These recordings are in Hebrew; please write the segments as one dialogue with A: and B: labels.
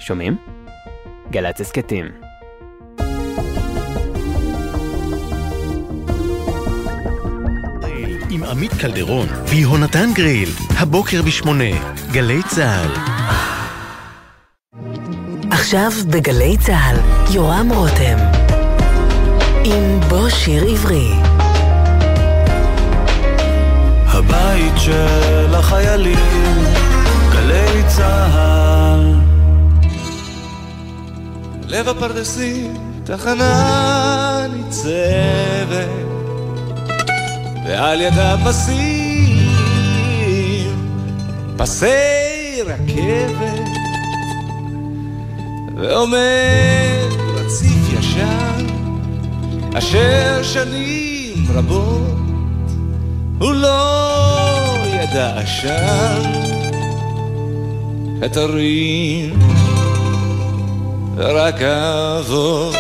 A: שומעים? גל"צ הסכתים.
B: עם עמית קלדרון ויהונתן גריל, הבוקר ב8, גלי צהל.
C: עכשיו בגלי צהל, יורם רותם עם בו שיר עברי.
D: הבית של החיילים, גלי צהל. לב הפרדסים, תחנה ניצבת, ועל יד הפסים, פסי רכבת, ועומד רציף ישן, אשר שנים רבות הוא לא ידע שם את הרים ורק אבות.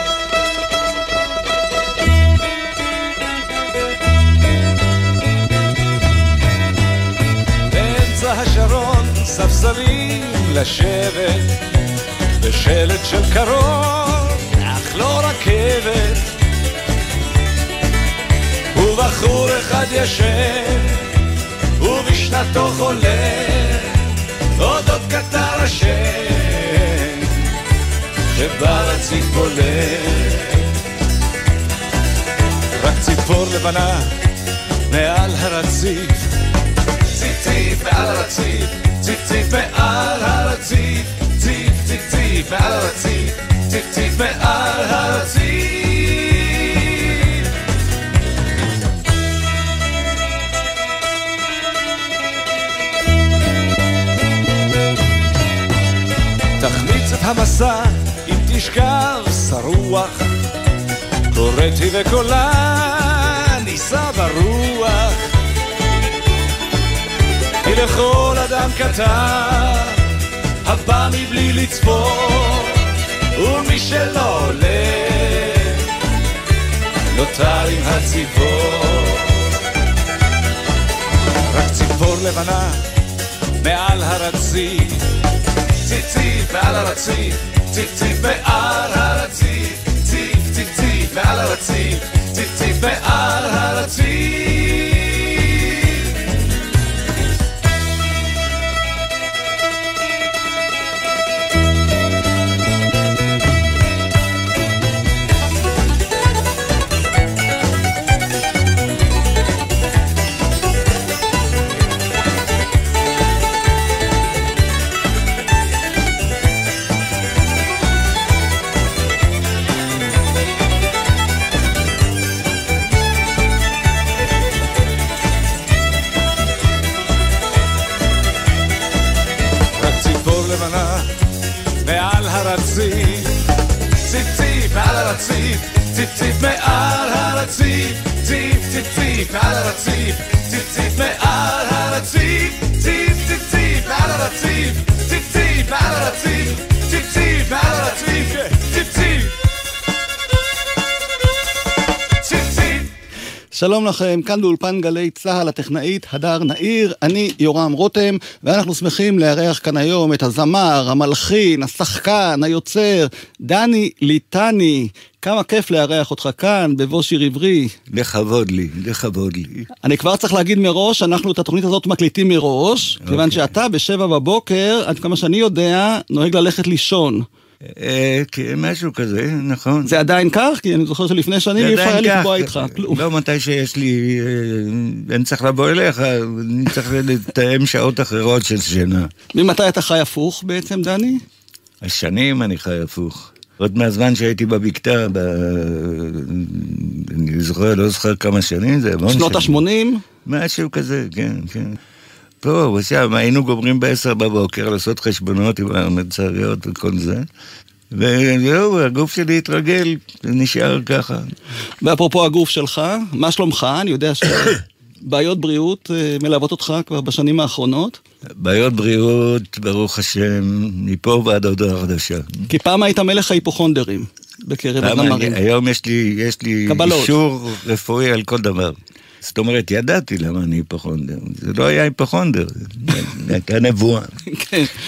D: באמצע השרון ספסלים לשבת, בשלט של קרוב אך לא רכבת, ובחור אחד ישן ובשנתו חולה, אודות קטר השם שברציף בולט. רק ציפור לבנה מעל הרציף, ציף ציף מעל הרציף, ציף ציף מעל הרציף, ציף ציף ציף מעל הרציף, ציף ציף מעל הרציף. תחמיץ את המסע אם תשכב שרוח, קוראתי וקולה ניסה ברוח, כי לכל אדם קטן הבא מבלי לצפור, ומי שלא עולה נותר עם הציפור. רק ציפור לבנה מעל הרציף, ציף ציף מעל הרציף, ציף ציף מעל הרציף, ציף ציף ציף מעל הרציף, ציף ציף מעל הרציף. ציף ציף מעל הרציף, ציף ציף מעל הרציף, ציף ציף ציף מעל הרציף, ציף ציף מעל הרציף, ציף ציף ציף מעל הרציף, ציף ציף מעל הרציף, ציף ציף מעל הרציף, ציף ציף.
E: שלום לכם, כאן באולפן גלי צהל, הטכנאית הדר נעיר, אני יורם רותם, ואנחנו שמחים לארח כאן היום את הזמר, המלחין, השחקן, היוצר, דני ליטני. כמה כיף לארח אותך כאן, בבוא שיר עברי.
F: לכבוד לי, לכבוד לי.
E: אני כבר צריך להגיד מראש, אנחנו את התוכנית הזאת מקליטים מראש, כיוון שאתה ב7 בבוקר, עד כמה שאני יודע, נוהג ללכת לישון.
F: משהו כזה, נכון.
E: זה עדיין כך? כי אני זוכר שלפני שנים אי אפשר היה לקבוע איתך.
F: לא מתי שיש לי, אני צריך לבוא אליך, אני צריך לתאם שעות אחרות של שינה.
E: ממתי אתה חי הפוך בעצם, דני?
F: השנים אני חי הפוך. עוד מהזמן שהייתי בבקתה, אני זוכר, לא זוכר כמה שנים, זה המון שנים.
E: שנות ה-80?
F: משהו כזה, כן, כן. פה, ושם, היינו גומרים ב10 בבוקר לעשות חשבונות עם המצריות וכל זה, וזהו, הגוף שלי התרגל, נשאר ככה.
E: ואפרופו הגוף שלך, מה שלומך? אני יודע שבעיות בריאות מלוות אותך כבר בשנים האחרונות.
F: בעיות בריאות, ברוך השם, מפה ועד הודעה חדשה.
E: כי פעם היית מלך ההיפוכונדרים בקרב הזמרים.
F: היום יש לי אישור רפואי על כל דבר. זאת אומרת, ידעתי למה אני היפוכונדר. זה לא היה היפוכונדר, זה הייתה נבואה.
E: כן.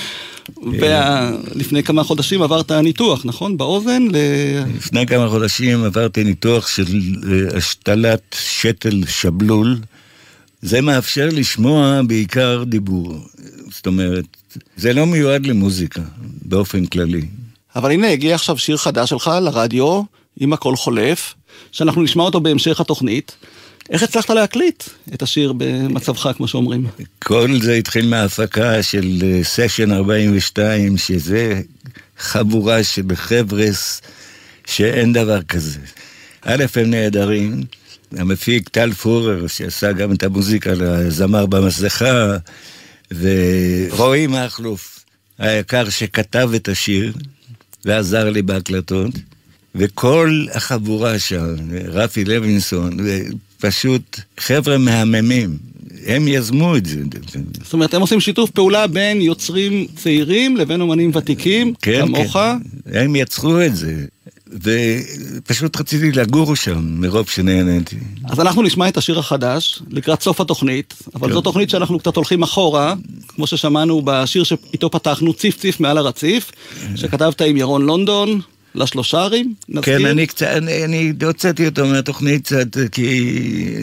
E: ולפני כמה חודשים עברת ניתוח, נכון? באוזן?
F: לפני כמה חודשים עברתי ניתוח של השתלת שתל שבלול. זה מאפשר לשמוע בעיקר דיבור. זאת אומרת, זה לא מיועד למוזיקה, באופן כללי.
E: אבל הנה, הגיע עכשיו שיר חדש שלך לרדיו, עם הכל חולף, שאנחנו נשמע אותו בהמשך התוכנית. איך הצלחת להקליט את השיר במצבך, כמו שאומרים?
F: כל זה התחיל מההפקה של סשן 42, שזה חבורה של חבר'ס שאין דבר כזה. א' הם נהדרים, המפיק טל פורר, שעשה גם את המוזיקה לזמר במסכה, ורועי מחלוף, היקר שכתב את השיר, ועזר לי בהקלטות, וכל החבורה שם, רפי לוינסון, פשוט חבר'ה מהממים, הם יזמו את זה.
E: זאת אומרת, הם עושים שיתוף פעולה בין יוצרים צעירים לבין אומנים ותיקים, כמוך.
F: כן, הם יצרו את זה, ופשוט רציתי לגור שם, מרוב שנהנתי.
E: אז אנחנו נשמע את השיר החדש, לקראת סוף התוכנית, אבל זו תוכנית שאנחנו קצת הולכים אחורה, כמו ששמענו בשיר שאיתו פתחנו, ציף ציף מעל הרציף, שכתבת עם ירון לונדון, לשלושה ערים, נזכיר?
F: כן, אני הוצאתי אותו מהתוכנית קצת, כי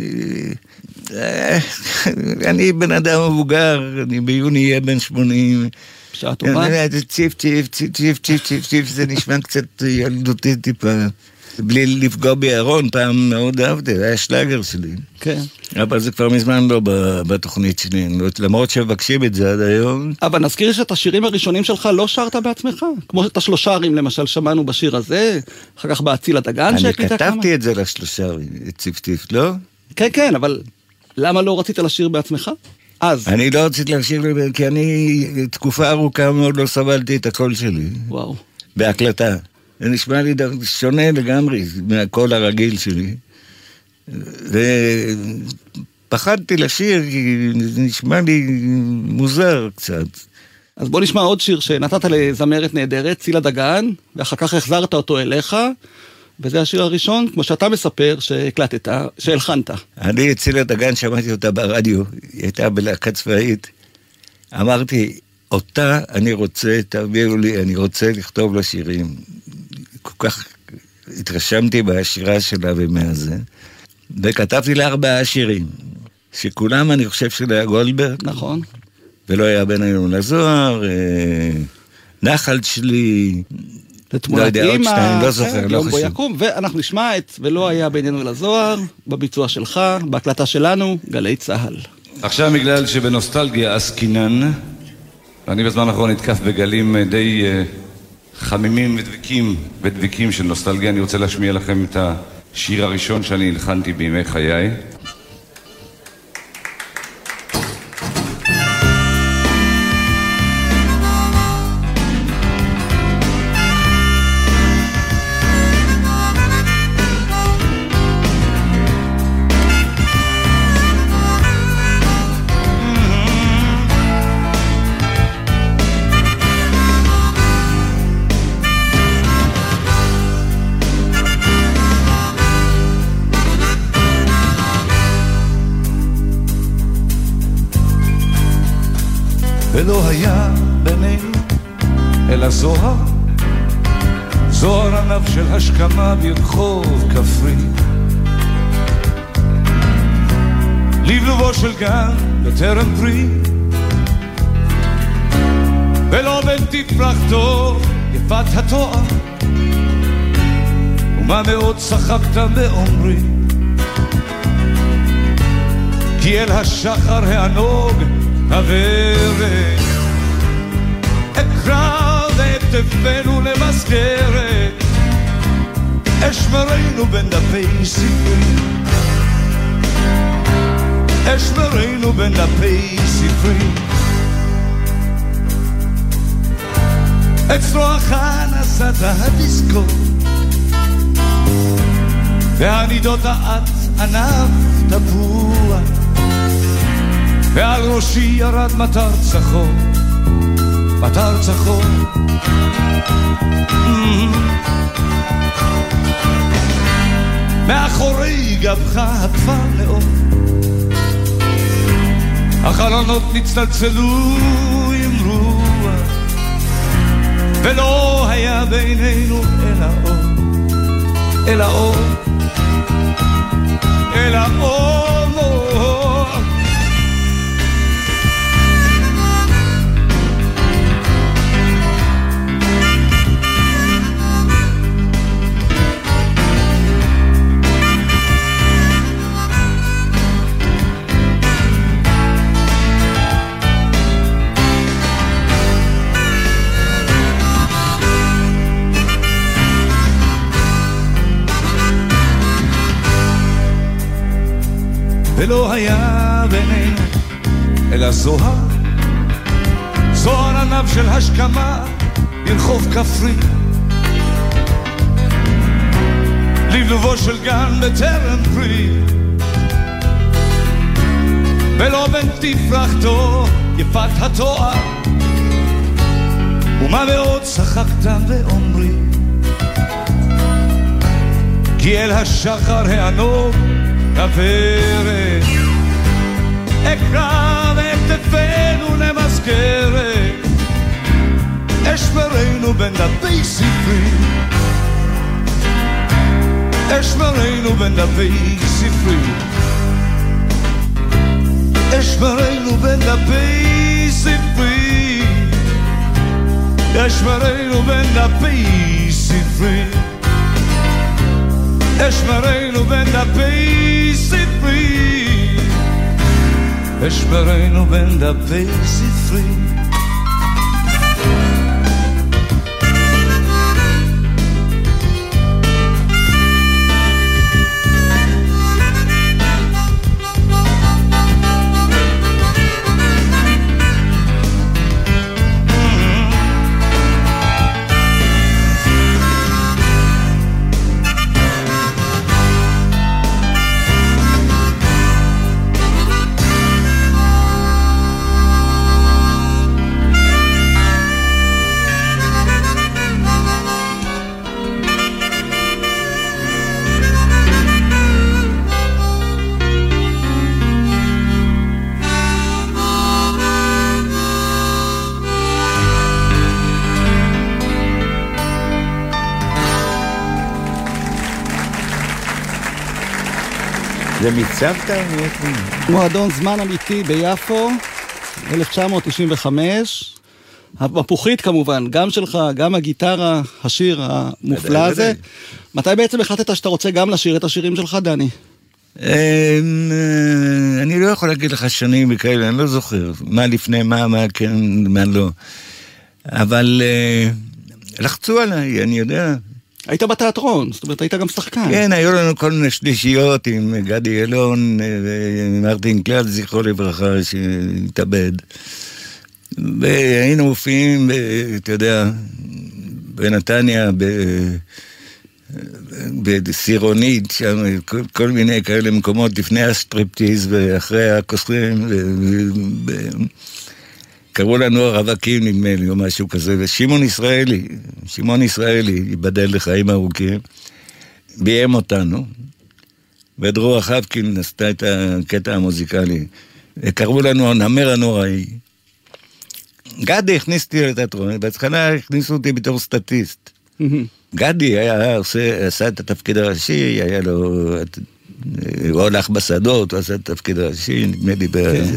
F: אני בן אדם מבוגר, אני ביוני אהיה בן 80.
E: שעה טובה.
F: ציף, ציף, ציף, ציף, ציף, ציף, ציף, זה נשמע קצת ילדותי טיפה. בלי לפגוע בירון, פעם מאוד אהבתי, זה היה שלאגר שלי.
E: כן.
F: אבל זה כבר מזמן לא בתוכנית שלי, למרות שמבקשים את זה עד היום.
E: אבל נזכיר שאת השירים הראשונים שלך לא שרת בעצמך, כמו את השלושה ערים למשל שמענו בשיר הזה, אחר כך בהציל הדגן שהקליטה כמה.
F: אני כתבתי את זה לשלושה ערים, ציפטיף, לא?
E: כן, כן, אבל למה לא רצית לשיר בעצמך? אז.
F: אני לא רציתי לשיר, כי אני תקופה ארוכה מאוד לא סבלתי את הקול שלי.
E: וואו.
F: בהקלטה. זה נשמע לי שונה לגמרי מהקול הרגיל שלי. ופחדתי לשיר, כי זה נשמע לי מוזר קצת.
E: אז בוא נשמע עוד שיר שנתת לזמרת נהדרת, צילה דגן, ואחר כך החזרת אותו אליך, וזה השיר הראשון, כמו שאתה מספר, שהקלטת, שהלחנת.
F: אני, צילה דגן, שמעתי אותה ברדיו, היא הייתה בלהקה צבאית. אמרתי, אותה אני רוצה, תביאו לי, אני רוצה לכתוב לה שירים. כל כך התרשמתי בשירה שלה ומהזה. וכתבתי לה 4 שירים, שכולם אני חושב שליה גולדברג.
E: נכון.
F: ולא היה בינינו לזוהר, נחל שלי, לא יודע, עוד 2, לא זוכר, לא חשוב.
E: יקום, ואנחנו נשמע את ולא היה בינינו לזוהר, בביצוע שלך, בהקלטה שלנו, גלי צהל.
D: עכשיו בגלל שבנוסטלגיה עסקינן, ואני בזמן האחרון נתקף בגלים די חמימים ודביקים של נוסטלגיה, אני רוצה להשמיע לכם את השיר הראשון שאני הלחנתי בימי חיי. ולא היה בינינו אלא זוהר, זוהר ענב של השכמה ברחוב כפרי, לבלובו של גן בטרם פרי, ולא בין תפרחתו יפת התואר, ומה מאוד צחקת באומרי, כי אל השחר הענוג הברד אקרא ואתפנו למזכרת, אשמרנו בין דפי ספרי, אשמרנו בין דפי ספרי, אצלוח נסעת הדיסקו, והנידות האט ענף תפוח, ועל ראשי ירד מטר צחור, מטר צחור. מאחורי גבך הכפר לאור, החלונות נצטלצלו עם רוח, ולא היה בינינו אל האור, אל האור, אל האור. ולא היה בינינו אלא זוהר, זוהר ענב של השכמה ברחוב כפרי, לבלובו של גן בטרם פרי, ולא בין תפרחתו יפת התואר, ומה מאוד צחקת ואומרי, כי אל השחר הענוג כפרת אקרא וכתפנו למזכרת, אשמרנו בין דפי ספרי, אשמרנו בין דפי ספרי, אשמרנו בין דפי ספרי, אשמרנו בין דפי ספרי, אשמרנו בין דפי ספרי, אשמרנו בין דפי ספרי.
F: זה מצוות?
E: מועדון זמן אמיתי ביפו, 1995. המפוחית כמובן, גם שלך, גם הגיטרה, השיר המופלא הזה. מתי בעצם החלטת שאתה רוצה גם לשיר את השירים שלך, דני?
F: אני לא יכול להגיד לך שנים וכאלה, אני לא זוכר. מה לפני, מה כן, מה לא. אבל לחצו עליי, אני יודע.
E: היית בתיאטרון, זאת אומרת, היית גם שחקן.
F: כן, היו לנו כל מיני שלישיות עם גדי אלון ומרטין קלד, זכרו לברכה, שהתאבד. והיינו מופיעים, אתה יודע, בנתניה, בסירונית, שם, כל מיני כאלה מקומות לפני הסטריפטיז ואחרי הכוסרים, קראו לנו הרווקים נדמה לי או משהו כזה, ושמעון ישראלי, ייבדל לחיים ארוכים, ביים אותנו, ודרור חבקין עשתה את הקטע המוזיקלי, וקראו לנו הנמר הנוראי. גדי הכניס אותי לתיאטרון, בהתחלה הכניסו אותי בתור סטטיסט. גדי עשה את התפקיד הראשי, היה לו, הוא הולך בשדות, הוא עשה את התפקיד הראשי, נדמה לי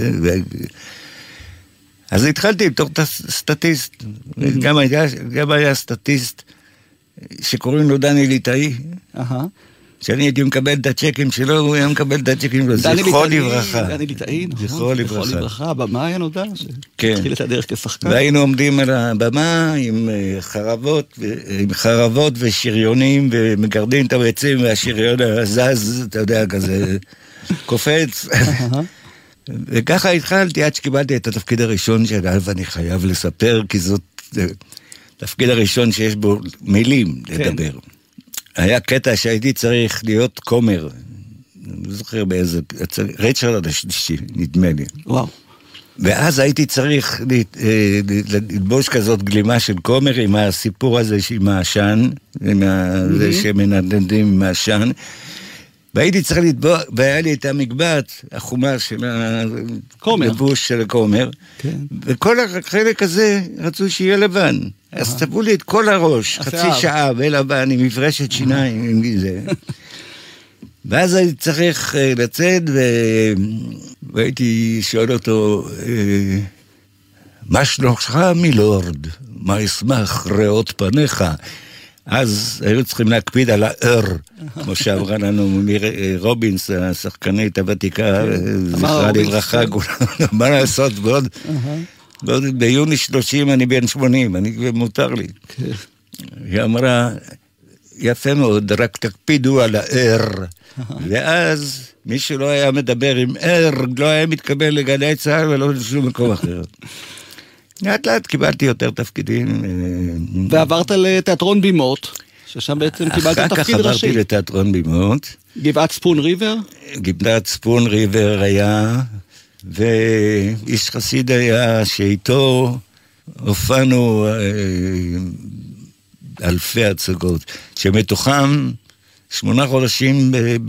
F: אז התחלתי בתור סטטיסט, גם היה סטטיסט שקוראים לו דני ליטאי, שאני הייתי מקבל את הצ'קים שלו, הוא היה מקבל את הצ'קים שלו, זכרו לברכה.
E: דני ליטאי, נכון,
F: זכרו לברכה.
E: הבמה היה נודע, שהתחיל את הדרך כשחקן.
F: והיינו עומדים על הבמה עם חרבות ושריונים, ומגרדים את הביצים, והשריון הזז, אתה יודע, כזה קופץ. וככה התחלתי עד שקיבלתי את התפקיד הראשון שעליו אני חייב לספר, כי זאת תפקיד הראשון שיש בו מילים לדבר. היה קטע שהייתי צריך להיות כומר, לא זוכר באיזה, ריצ'רד השלישי, נדמה לי.
E: וואו.
F: ואז הייתי צריך ללבוש כזאת גלימה של כומר עם הסיפור הזה עם העשן, עם זה שמנדנדים עם העשן, והייתי צריך לתבוע, והיה לי את המגבעת, החומה של הלבוש של הכומר, וכל החלק הזה רצו שיהיה לבן. אז צבעו לי את כל הראש, חצי שעה, ולבא, אני מברשת שיניים עם זה. ואז הייתי צריך לצאת, והייתי שואל אותו, מה שלומך מילורד? מה ישמח ראות פניך? אז היו צריכים להקפיד על האר, כמו שעברה לנו רובינס, השחקנית הוותיקה, זכרה לברכה, מה לעשות, ביוני 30 אני בן 80, מותר לי. היא אמרה, יפה מאוד, רק תקפידו על האר, ואז מי שלא היה מדבר עם אר, לא היה מתקבל לגלי צהל ולא לשום מקום אחר. לאט לאט קיבלתי יותר תפקידים.
E: ועברת לתיאטרון בימות, ששם בעצם קיבלת תפקיד ראשי.
F: אחר כך עברתי לתיאטרון בימות.
E: גבעת ספון ריבר?
F: גבעת ספון ריבר היה, ואיש חסיד היה שאיתו הופענו אלפי הצגות, שמתוכם 8 חודשים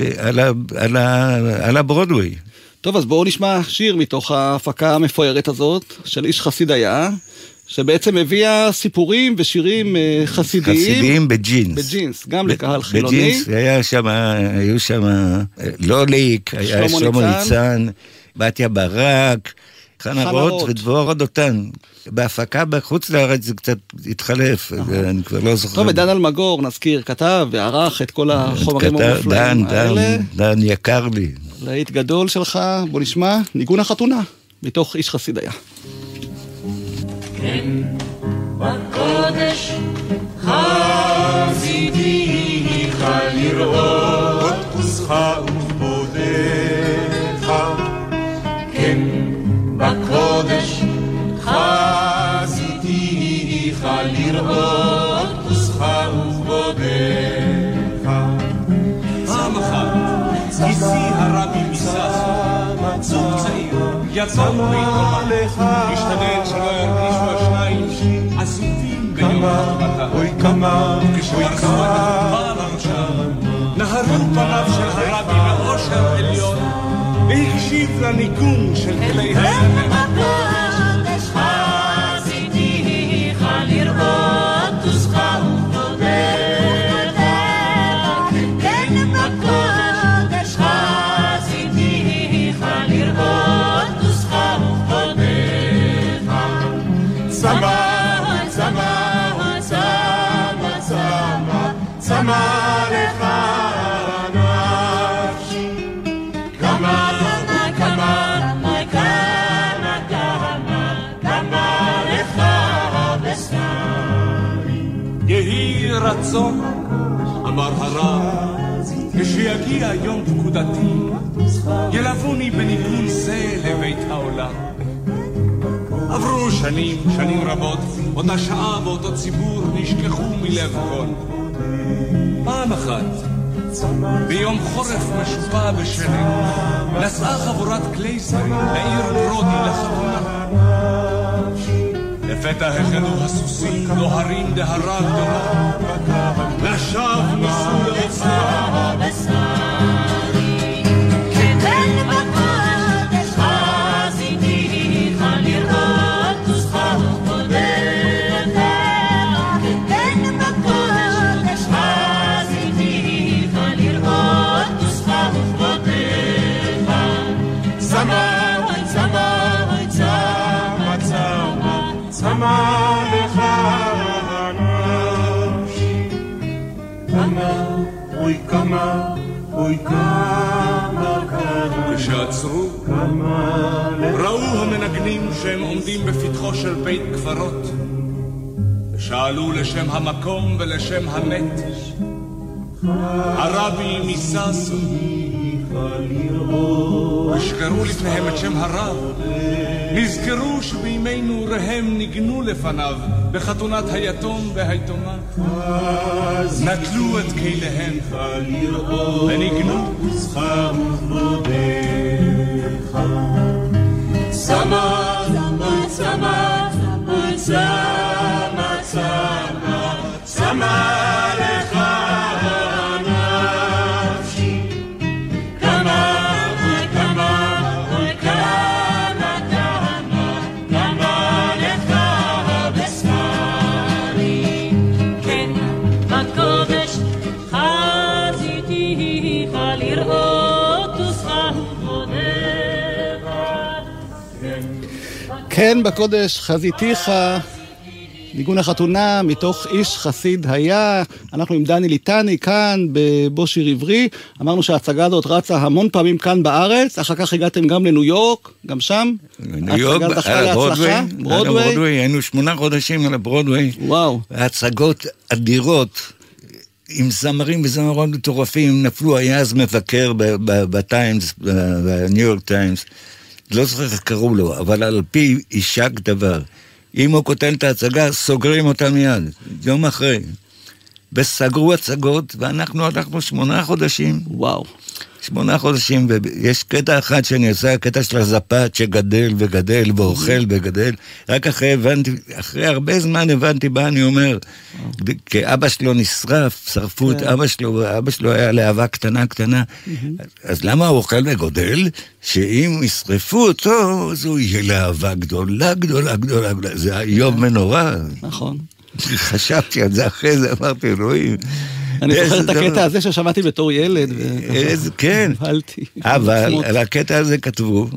F: על הברודווי.
E: טוב, אז בואו נשמע שיר מתוך ההפקה המפוארת הזאת, של איש חסיד היה, שבעצם הביאה סיפורים ושירים חסידיים.
F: חסידיים בג'ינס.
E: בג'ינס, גם לקהל חילוני.
F: בג'ינס, היו שם לוליק, היה שלמה ניצן, בתיה ברק, חנה רוט ודבורה דותן. בהפקה בחוץ לארץ זה קצת התחלף, אני כבר לא זוכר.
E: טוב, ודן אלמגור, נזכיר, כתב וערך את כל החומרים המופלאים האלה.
F: דן יקר לי.
E: להיט גדול שלך, בוא נשמע, ניגון החתונה, מתוך איש חסיד היה.
D: כן, בקודש חסידי חל לראות עוזך ובודך. כן, בקודש חסידי חל לראות עוזך ובודך. פעם אחת גיסי הרבי מסס, זוג צעיר, יצא ביתומה, השתדל שלא ירגישו השניים עזובים ביום החתמתה. וכשפרסו את החופה על הראשה, נהרו פניו של הרבי באושר עליון, והקשיב לניגון של כלי הזמר.
G: בקודש חסידי חל לראות עוזך ובודך. כן, בקודש חסידי חל לראות עוזך ובודך.
D: צמא, צמא, צמא, צמא, צמא לך נפשי. כמה, כמה, כמה, כמה לך בשרי. יהי רצון, אמר הרב, כשיגיע יום פקודתי, ילבוני בניגון זה לבית העולם. עברו שנים, שנים רבות, אותה שעה ואותו ציבור נשכחו מלב כל. פעם אחת, ביום חורף משופע בשלג, נסעה חבורת קלייזרים לעיר ברודי לחתונה. לפתע החלו הסוסים נוהרים דהרה גדולה, נשב ניסו לעוצמה. צמא לך נפשי. כמה, אוי כמה, אוי כמה, כמה. כשעצרו, ראו המנגנים שהם עומדים בפתחו של בית קברות, ושאלו לשם המקום ולשם המת. הרבי מססו, ושקרו לפניהם את שם הרב. נזכרו שבימי נעוריהם ניגנו לפניו בחתונת היתום והיתומה. נטלו את כליהם וניגנו. צמא, צמא, צמא, צמא, צמא לך נפשי. כמה, כמה, כמה, כמה, כמה לך בשרי.
E: כן בקודש חזיתיך, ניגון החתונה מתוך איש חסיד היה. אנחנו עם דני ליטני כאן בבוא שיר עברי. אמרנו שההצגה הזאת רצה המון פעמים כאן בארץ, אחר כך הגעתם גם לניו יורק, גם שם.
F: ניו יורק, על הברודווי, היינו 8 חודשים על הברודווי.
E: וואו.
F: הצגות אדירות, עם זמרים וזמרות מטורפים, נפלו, היה אז מבקר בטיימס, בניו יורק טיימס, לא זוכר איך קראו לו, אבל על פי אישק דבר. אם הוא כותן את ההצגה, סוגרים אותה מיד, יום אחרי. וסגרו הצגות, ואנחנו הלכנו 8 חודשים.
E: וואו.
F: 8 חודשים, ויש קטע אחד שאני עושה, הקטע של הזפת שגדל וגדל ואוכל וגדל. רק אחרי הרבה זמן הבנתי מה אני אומר. כי אבא שלו נשרף, שרפו את אבא שלו היה להבה קטנה. אז למה הוא אוכל וגודל? שאם ישרפו אותו, אז הוא יהיה להבה גדולה. זה היום מנורא.
E: נכון.
F: חשבתי על זה אחרי זה, אמרתי, אלוהים.
E: אני זוכר את הקטע הזה ששמעתי בתור ילד.
F: כן, אבל על הקטע הזה כתבו,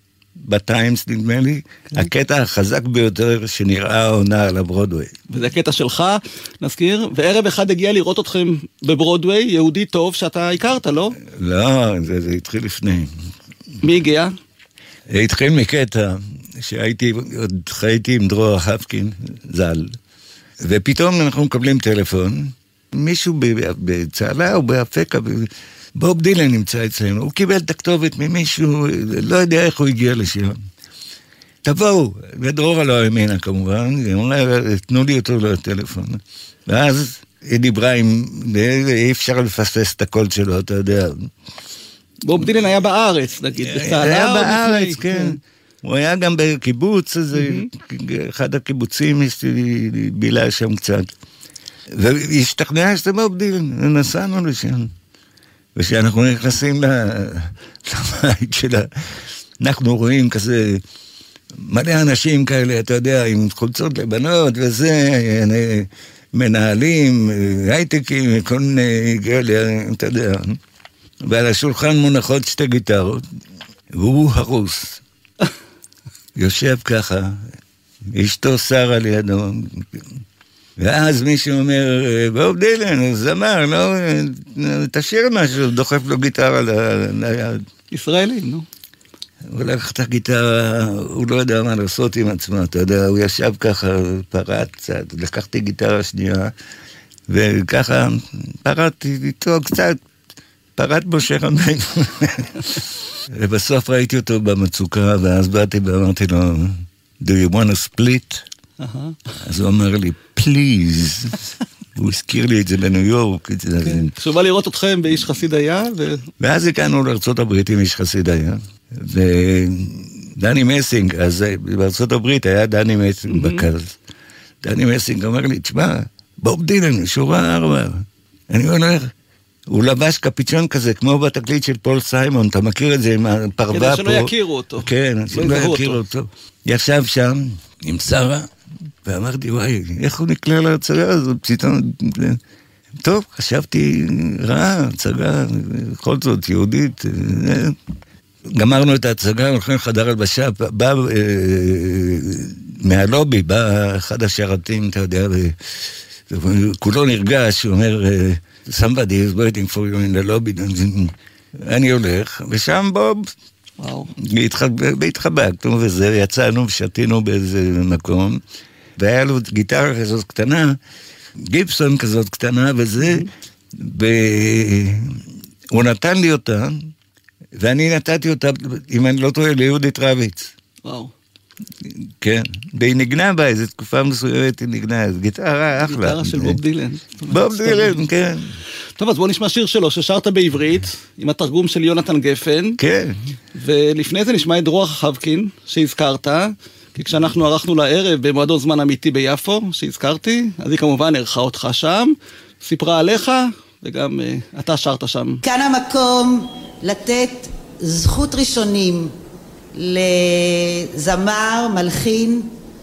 F: בטיימס נדמה לי, הקטע החזק ביותר שנראה עונה על הברודווי.
E: וזה הקטע שלך, נזכיר, וערב אחד הגיע לראות אתכם בברודווי, יהודי טוב שאתה הכרת, לא?
F: לא, זה התחיל לפני.
E: מי הגיע?
F: התחיל מקטע עוד חייתי עם דרור חפקין, ז"ל, ופתאום אנחנו מקבלים טלפון, מישהו בצהלה או באפקה, בוב דילן נמצא אצלנו, הוא קיבל את הכתובת ממישהו, לא יודע איך הוא הגיע לשם. תבואו, ודרורה לא האמינה כמובן, תנו לי אותו לטלפון. ואז היא דיברה עם, אי אפשר לפספס את הקול שלו, אתה יודע.
E: בוב דילן היה בארץ, נגיד, בצהלה
F: היה בארץ, כן. הוא היה גם בקיבוץ, אחד הקיבוצים בילה שם קצת. והשתכנע שזה בוב דילן, נסענו לשם. ושאנחנו נכנסים לבית שלה, אנחנו רואים כזה מלא אנשים כאלה, אתה יודע, עם חולצות לבנות וזה, מנהלים, הייטקים, כל מיני כאלה, אתה יודע. ועל השולחן מונחות 2 גיטרות, והוא הרוס. יושב ככה, אשתו שרה לידו, ואז מישהו אומר, בוב דילן, זמר, לא, תשאיר משהו, דוחף לו גיטרה ליד.
E: ישראלי, נו.
F: הוא לקח את הגיטרה, הוא לא יודע מה לעשות עם עצמו, אתה יודע, הוא ישב ככה, פרט קצת, לקחתי גיטרה שנייה, וככה פרטתי איתו קצת, פרט משה רמי. ובסוף ראיתי אותו במצוקה, ואז באתי ואמרתי לו, do you want to split? אז הוא אומר לי, please. הוא הזכיר לי את זה בניו יורק.
E: כשהוא בא לראות אתכם באיש חסיד היה.
F: ואז הגענו לארצות הברית עם איש חסיד היה. ודני מסינג, אז בארצות הברית היה דני מסינג בקז. דני מסינג אומר לי, תשמע, בוב דילן, שורה 4. אני הולך. הוא לבש קפיצ'ון כזה, כמו בתקליט של פול סיימון, אתה מכיר את זה עם הפרווה פה.
E: כדי שלא יכירו אותו.
F: כן, שלא יכירו אותו. ישב שם עם שרה, ואמרתי, וואי, איך הוא נקלע להצגה הזאת? פתאום, טוב, חשבתי רעה, הצגה, בכל זאת, יהודית. גמרנו את ההצגה, הולכים לחדר הלבשה, בא מהלובי, בא אחד השרתים, אתה יודע, כולו נרגש, הוא אומר, somebody is waiting for you in the lobby. אני הולך, ושם בוב, והתחבקנו, וזה, יצאנו ושתינו באיזה מקום, והיה לו גיטרה כזאת קטנה, גיבסון כזאת קטנה, וזה, והוא נתן לי אותה, ואני נתתי אותה, אם אני לא טועה, ליהודית רביץ.
E: וואו.
F: כן, והיא נגנה בה, איזו תקופה מסוימת היא נגנה, זו גיטרה אחלה.
E: גיטרה של בוב דילן.
F: בוב דילן, כן.
E: טוב, אז בוא נשמע שיר שלו, ששרת בעברית, עם התרגום של יונתן גפן.
F: כן.
E: ולפני זה נשמע את דרור חפקין, שהזכרת, כי כשאנחנו ערכנו לערב במועדון זמן אמיתי ביפו, שהזכרתי, אז היא כמובן ערכה אותך שם, סיפרה עליך, וגם אתה שרת שם.
H: כאן המקום לתת זכות ראשונים לזמר, מלחין,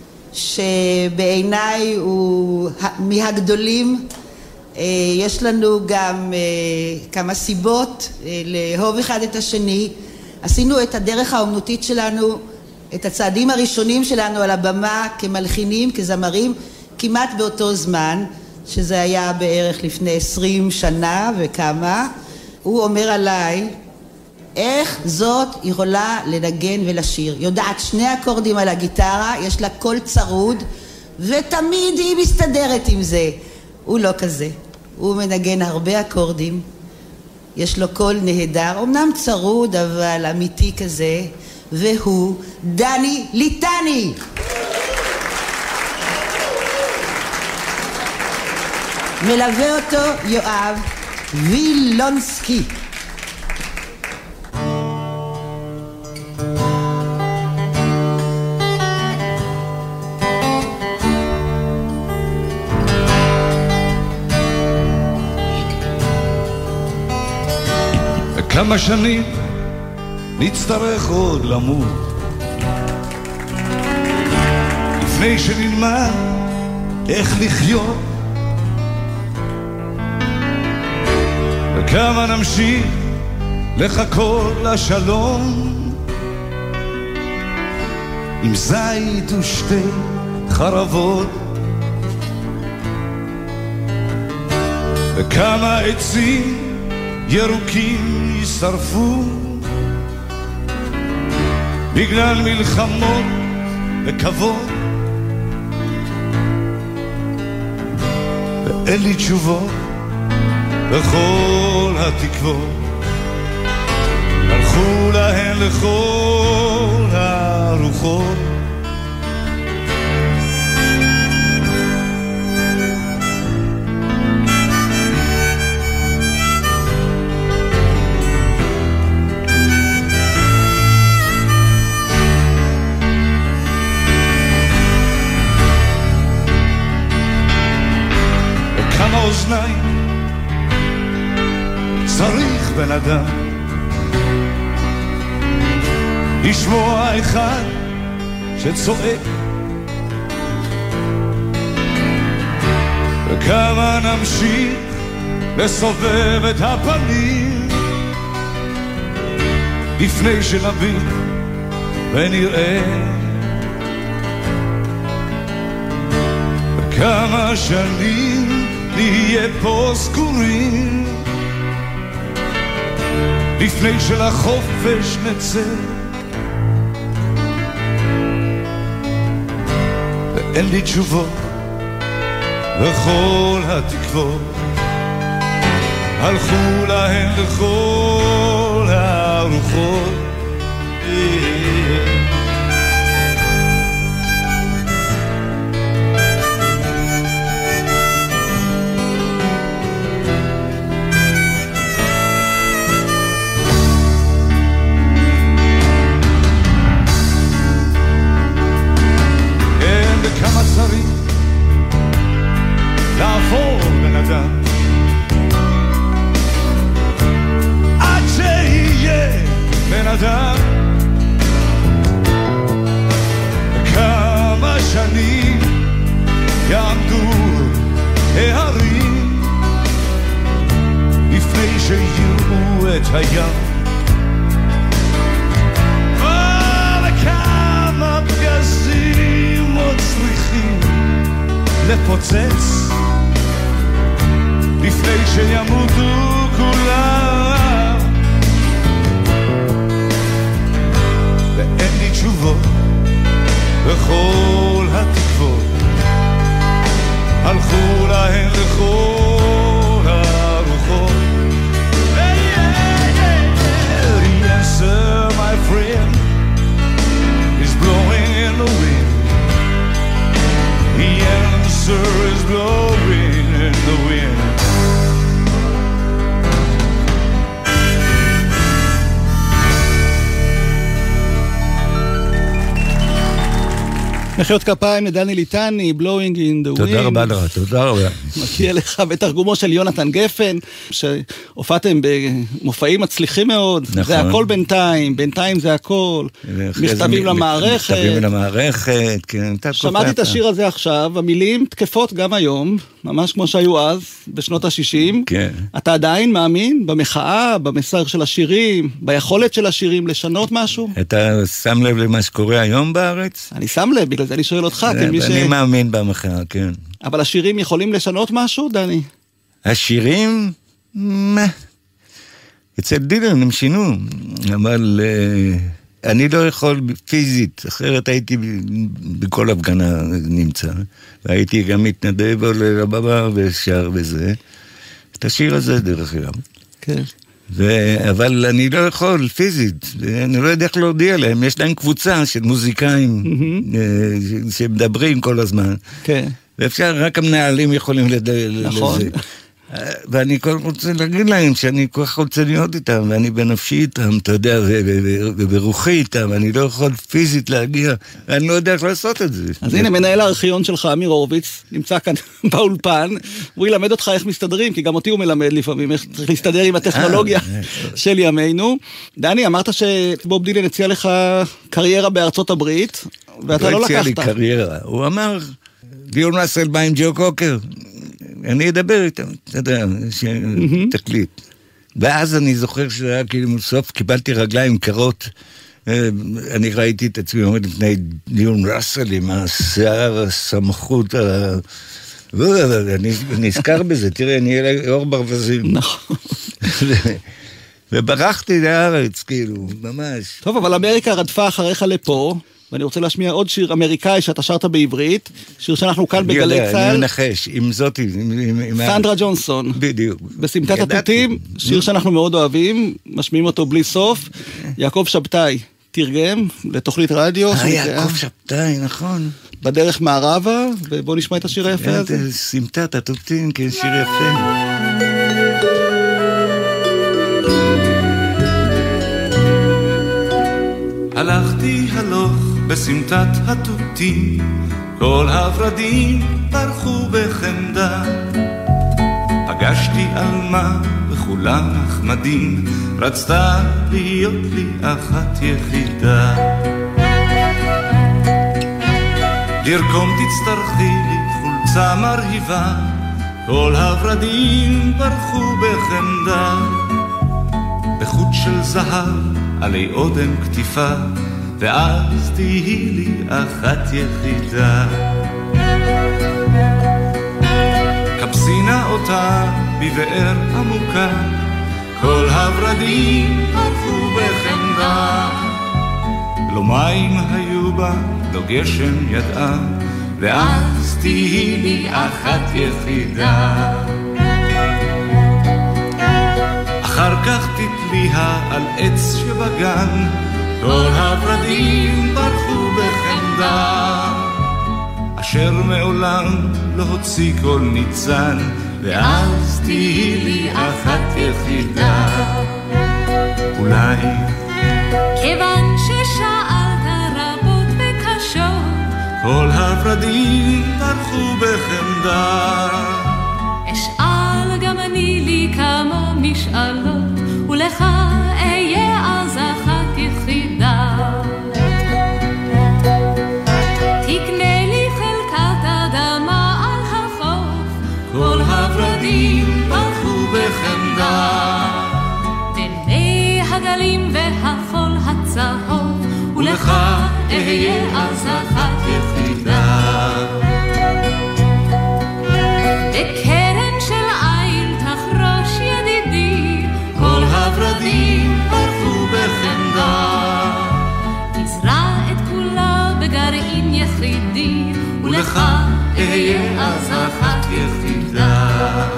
H: שבעיניי הוא מהגדולים. יש לנו גם כמה סיבות לאהוב אחד את השני. עשינו את הדרך האומנותית שלנו את הצעדים הראשונים שלנו על הבמה כמלחינים, כזמרים, כמעט באותו זמן, שזה היה בערך לפני 20 שנה וכמה. הוא אומר עליי, איך זאת יכולה לנגן ולשיר? יודעת 2 אקורדים על הגיטרה, יש לה קול צרוד, ותמיד היא מסתדרת עם זה. הוא לא כזה. הוא מנגן הרבה אקורדים. יש לו קול נהדר, אמנם צרוד, אבל אמיתי כזה. והוא דני ליטני. מלווה אותו יואב וילונסקי.
D: כמה שנים נצטרך עוד למות לפני שנלמד איך לחיות, וכמה נמשיך לחכות לשלום עם זית ושתי חרבות, וכמה עצים ירוקים יישרפו בגלל מלחמות וכבוד, ואין לי תשובות וכל התקוות הלכו להן לכל הרוחות. וכמה אוזניים צריך בן אדם לשמוע אחד שצועק, וכמה נמשיך לסובב את הפנים לפני שנבין ונראה, וכמה שנים נהיה פה סגורים לפני שלחופש נצא, ואין לי תשובות וכל התקוות הלכו להן לכל הרוחות. כמה צריך לעבור בן אדם עד שיהיה בן אדם, כמה שנים יעמדו ההרים לפני שיראו את הים, וכמה פגזים עוד צריכים לפוצץ לפני שימותו כולם, ואין לי תשובות וכל התקוות הלכו להן לכל הרוחות. The answer, my friend, is blowing in the wind. The answer is blowing in the wind.
E: מחיאות כפיים לדני ליטני, Blowing in the Wind.
F: תודה רבה לך, תודה רבה.
E: מגיע לך בתרגומו של יונתן גפן, שהופעתם במופעים מצליחים מאוד.
F: נכון.
E: זה הכל בינתיים, בינתיים זה הכל. מכתבים למערכת.
F: מכתבים למערכת, כן.
E: שמעתי את השיר הזה עכשיו, המילים תקפות גם היום, ממש כמו שהיו אז, בשנות ה-60.
F: כן.
E: אתה עדיין מאמין במחאה, במסר של השירים, ביכולת של השירים לשנות משהו?
F: אתה שם לב למה שקורה היום בארץ?
E: אני שם לב, בגלל זה אני שואל אותך, כמי ש...
F: אני מאמין במחאה, כן.
E: אבל השירים יכולים לשנות משהו, דני?
F: השירים? מה? אצל דילן הם שינו, אבל אני לא יכול פיזית, אחרת הייתי בכל הפגנה נמצא, והייתי גם מתנדב על הבמה ושר וזה, את השיר הזה דרך אגב.
E: כן.
F: אבל אני לא יכול פיזית, אני לא יודע איך להודיע להם, יש להם קבוצה של מוזיקאים שמדברים כל הזמן,
E: כן.
F: ואפשר, רק המנהלים יכולים
E: נכון.
F: לזה. ואני כל רוצה להגיד להם שאני כל כך רוצה להיות איתם, ואני בנפשי איתם, אתה יודע, וברוחי איתם, אני לא יכול פיזית להגיע, ואני לא יודע איך לעשות את זה.
E: אז הנה, מנהל הארכיון שלך, אמיר הורוביץ, נמצא כאן באולפן, הוא ילמד אותך איך מסתדרים, כי גם אותי הוא מלמד לפעמים, איך צריך להסתדר עם הטכנולוגיה של ימינו. דני, אמרת שבוב דילן הציע לך קריירה בארצות הברית, ואתה לא לקחת.
F: הוא הציע לי קריירה, הוא אמר, דיון ראסל בא עם ג'ו קוקר, אני אדבר איתם, אתה יודע, תקליט. ואז אני זוכר שזה היה כאילו סוף, קיבלתי רגליים קרות, אני ראיתי את עצמי עומד לפני דיון ראסל עם השיער, הסמכות, אני נזכר בזה, תראה, אני אהיה אור ברווזים.
E: נכון.
F: וברחתי לארץ, כאילו, ממש.
E: טוב, אבל אמריקה רדפה אחריך לפה, ואני רוצה להשמיע עוד שיר אמריקאי שאתה שרת בעברית, שיר שאנחנו כאן בגלי צהל.
F: אני מנחש, עם זאתי.
E: סנדרה ג'ונסון.
F: בדיוק.
E: בסמטת התותים, שיר שאנחנו מאוד אוהבים, משמיעים אותו בלי סוף. יעקב שבתאי תרגם לתוכנית רדיו.
F: יעקב שבתאי, נכון.
E: בדרך מערבה, ובואו נשמע את השיר היפה הזה.
F: סמטת התותים, כן, שיר יפה.
D: הלכתי הלוך בסמטת התותים, כל הורדים פרחו בחמדה. פגשתי אלמה וכולם נחמדים, רצתה להיות לי אחת יחידה. לרקום תצטרכי לי חולצה מרהיבה, כל הורדים פרחו בחמדה. בחוט של זהב עלי אודם כתיפה, ואז תהי לי אחת יחידה. קפסינה אותה בבאר עמוקה, כל הורדים פרחו בחמדה. לא מים היו בה, לא גשם ידעה, ואז תהי לי אחת יחידה. אחר כך תתליה על עץ שבגן, כל הורדים פרחו בחמדה, אשר מעולם לא הוציא כל ניצן, ואז תהי לי אחת יחידה. אולי
G: כיוון ששאלת רבות וקשות,
D: כל הורדים פרחו בחמדה.
G: אשאל גם אני לי כמה משאלות, ולך אהיה אז אחת יחידה. תקנה לי חלקת אדמה על החוף,
D: כל הורדים פרחו בחמדה.
G: בין מי הגלים והחול הצהוב, ולך אהיה אז אחת יחידה. בקרן של עיל תחרוש ידידי,
D: כל הורדים פרחו בחמדה.
G: תזרע את כולה בגרעין יחידי, ולך אהיה אז אחת יחידה.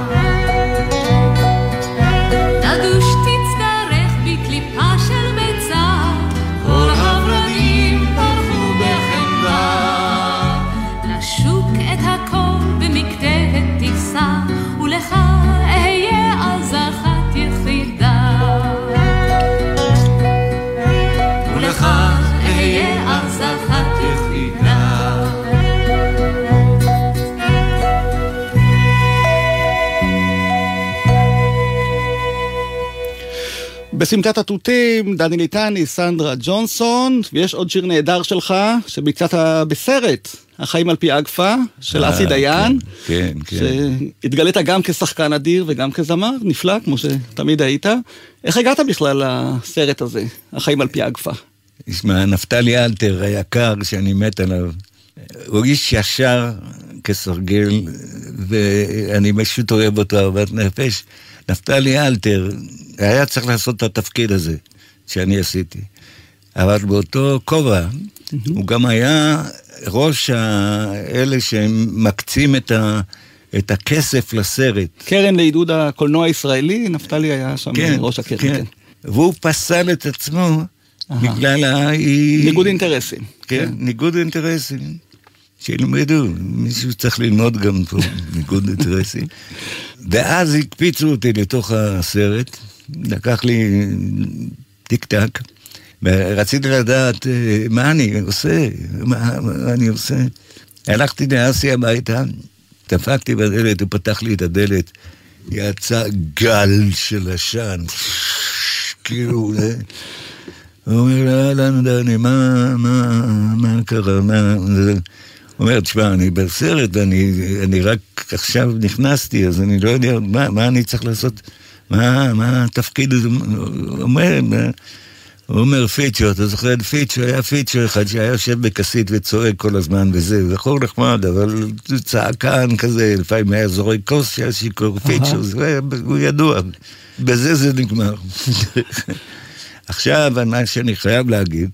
G: תדוש תצטרך בקליפה של ביצה,
D: כל הורדים פרחו בחמדה.
G: לשוק את הכל במקטה תישא, ולך אהיה אז אחת יחידה.
D: ולך אהיה אז אחת יחידה.
E: בסמטת התותים, דני ליטני, סנדרה ג'ונסון, ויש עוד שיר נהדר שלך, שביצעת בסרט, החיים על פי אגפה, של אסי דיין.
F: כן, כן.
E: שהתגלית גם כשחקן אדיר וגם כזמר, נפלא, כמו שתמיד היית. איך הגעת בכלל לסרט הזה, החיים על פי אגפה?
F: ישמע, נפתלי אלתר היקר שאני מת עליו, הוא איש ישר כסרגל, ואני פשוט אוהב אותו אהבת נפש. נפתלי אלתר היה צריך לעשות את התפקיד הזה שאני עשיתי, אבל באותו כובע הוא גם היה ראש אלה שמקצים את הכסף לסרט.
E: קרן לעידוד הקולנוע הישראלי, נפתלי היה שם כן, ראש הקרן. כן. כן.
F: והוא פסל את עצמו בגלל
E: ניגוד אינטרסים.
F: כן, ניגוד אינטרסים. שילמדו, מישהו צריך ללמוד גם פה ניגוד אינטרסים. ואז הקפיצו אותי לתוך הסרט, לקח לי טיק טק, ורציתי לדעת מה אני עושה, מה אני עושה. הלכתי לאסי הביתה, דפקתי בדלת, הוא פתח לי את הדלת, יצא גל של עשן, כאילו, הוא אומר, אהלן דני, מה קרה, הוא אומר, תשמע, אני בסרט, ואני רק עכשיו נכנסתי, אז אני לא יודע מה אני צריך לעשות, מה התפקיד הזה, הוא אומר פיצ'ו, אתה זוכר, פיצ'ו, היה פיצ'ו אחד שהיה יושב בכסית וצועק כל הזמן וזה, זכור נחמד, אבל צעקן כזה, לפעמים היה זורק כוס שהיה שיקור פיצ'ו, הוא ידוע, בזה זה נגמר. עכשיו, מה שאני חייב להגיד,